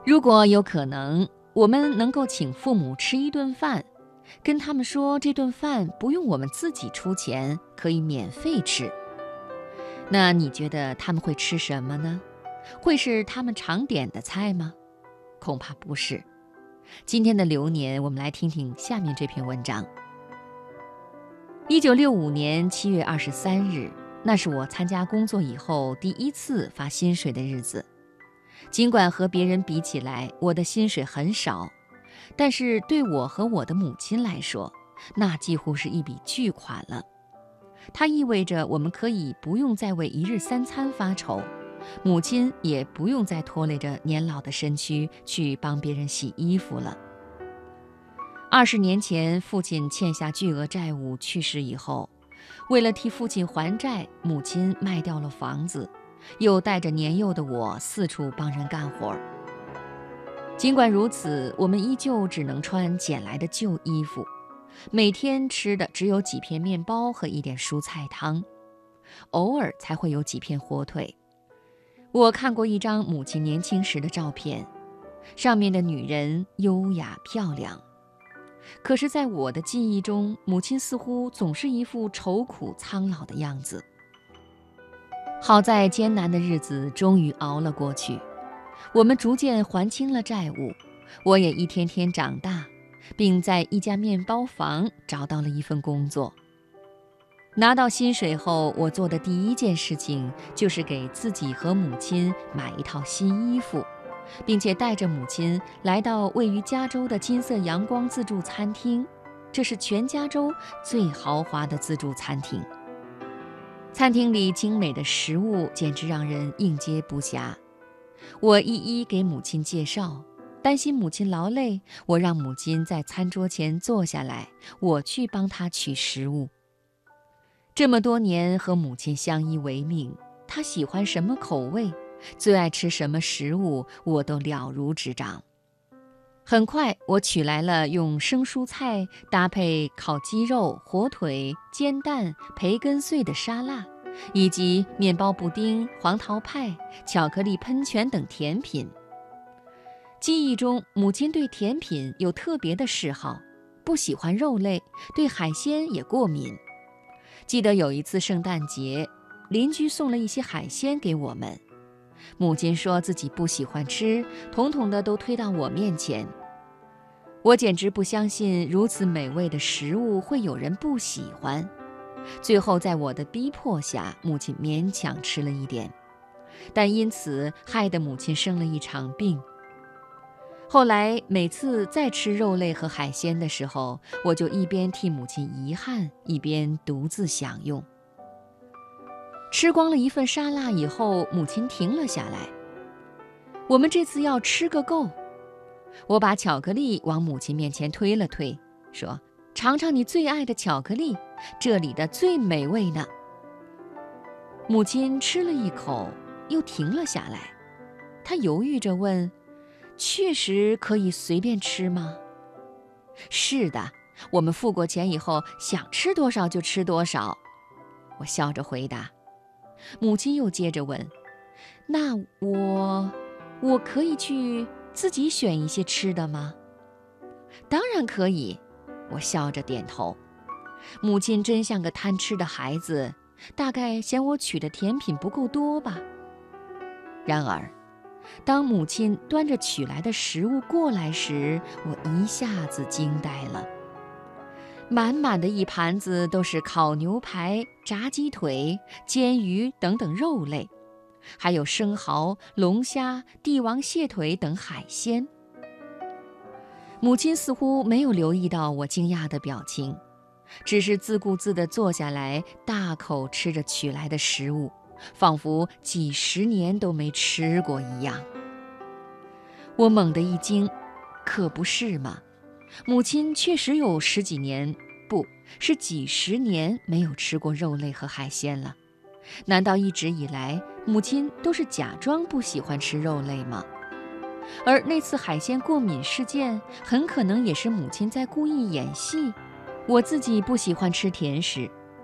如果有可能，我们能够请父母吃一顿饭，跟他们说这顿饭不用我们自己出钱，可以免费吃。那你觉得他们会吃什么呢？会是他们常点的菜吗？恐怕不是。今天的流年，我们来听听下面这篇文章。1965年7月23日，那是我参加工作以后第一次发薪水的日子。尽管和别人比起来，我的薪水很少，但是对我和我的母亲来说，那几乎是一笔巨款了。它意味着我们可以不用再为一日三餐发愁，母亲也不用再拖累着年老的身躯去帮别人洗衣服了。20年前，父亲欠下巨额债务去世以后，为了替父亲还债，母亲卖掉了房子，又带着年幼的我四处帮人干活。尽管如此，我们依旧只能穿捡来的旧衣服，每天吃的只有几片面包和一点蔬菜汤，偶尔才会有几片火腿。我看过一张母亲年轻时的照片，上面的女人优雅漂亮。可是在我的记忆中，母亲似乎总是一副愁苦苍老的样子。好在艰难的日子终于熬了过去，我们逐渐还清了债务，我也一天天长大，并在一家面包房找到了一份工作。拿到薪水后，我做的第一件事情就是给自己和母亲买一套新衣服，并且带着母亲来到位于加州的金色阳光自助餐厅，这是全加州最豪华的自助餐厅。餐厅里精美的食物简直让人应接不暇。我一一给母亲介绍，担心母亲劳累，我让母亲在餐桌前坐下来，我去帮她取食物。这么多年和母亲相依为命，她喜欢什么口味，最爱吃什么食物，我都了如指掌。很快，我取来了用生蔬菜搭配烤鸡肉、火腿、煎蛋、培根碎的沙拉，以及面包布丁、黄桃派、巧克力喷泉等甜品。记忆中，母亲对甜品有特别的嗜好，不喜欢肉类，对海鲜也过敏。记得有一次圣诞节，邻居送了一些海鲜给我们，母亲说自己不喜欢吃，统统的都推到我面前。我简直不相信如此美味的食物会有人不喜欢。最后在我的逼迫下，母亲勉强吃了一点，但因此害得母亲生了一场病。后来每次再吃肉类和海鲜的时候，我就一边替母亲遗憾，一边独自享用。吃光了一份沙拉以后，母亲停了下来。我们这次要吃个够。我把巧克力往母亲面前推了推，说：尝尝你最爱的巧克力，这里的最美味呢。母亲吃了一口，又停了下来。她犹豫着问：确实可以随便吃吗？是的，我们付过钱以后，想吃多少就吃多少。我笑着回答。母亲又接着问：那我可以去自己选一些吃的吗？当然可以，我笑着点头。母亲真像个贪吃的孩子，大概嫌我取的甜品不够多吧。然而当母亲端着取来的食物过来时，我一下子惊呆了。满满的一盘子都是烤牛排、炸鸡腿、煎鱼等等肉类，还有生蚝、龙虾、帝王蟹腿等海鲜。母亲似乎没有留意到我惊讶的表情，只是自顾自地坐下来，大口吃着取来的食物，仿佛几十年都没吃过一样。我猛地一惊，可不是嘛，母亲确实有十几年，不是几十年没有吃过肉类和海鲜了。难道一直以来母亲都是假装不喜欢吃肉类吗？而那次海鲜过敏事件很可能也是母亲在故意演戏。我自己不喜欢吃甜食，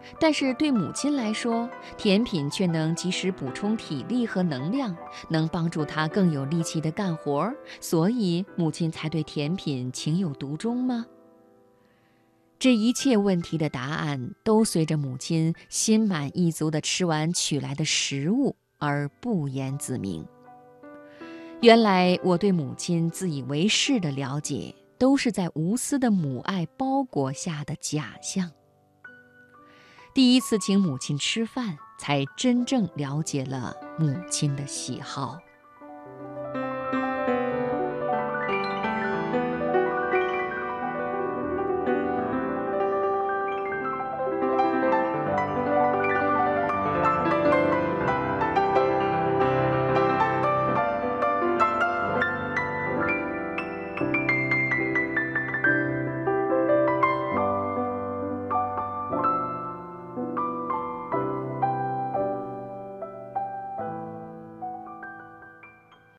但是对母亲来说，甜品却能及时补充体力和能量，能帮助她更有力气地干活，所以母亲才对甜品情有独钟吗？这一切问题的答案都随着母亲心满意足地吃完取来的食物而不言自明。原来我对母亲自以为是的了解，都是在无私的母爱包裹下的假象。第一次请母亲吃饭，才真正了解了母亲的喜好。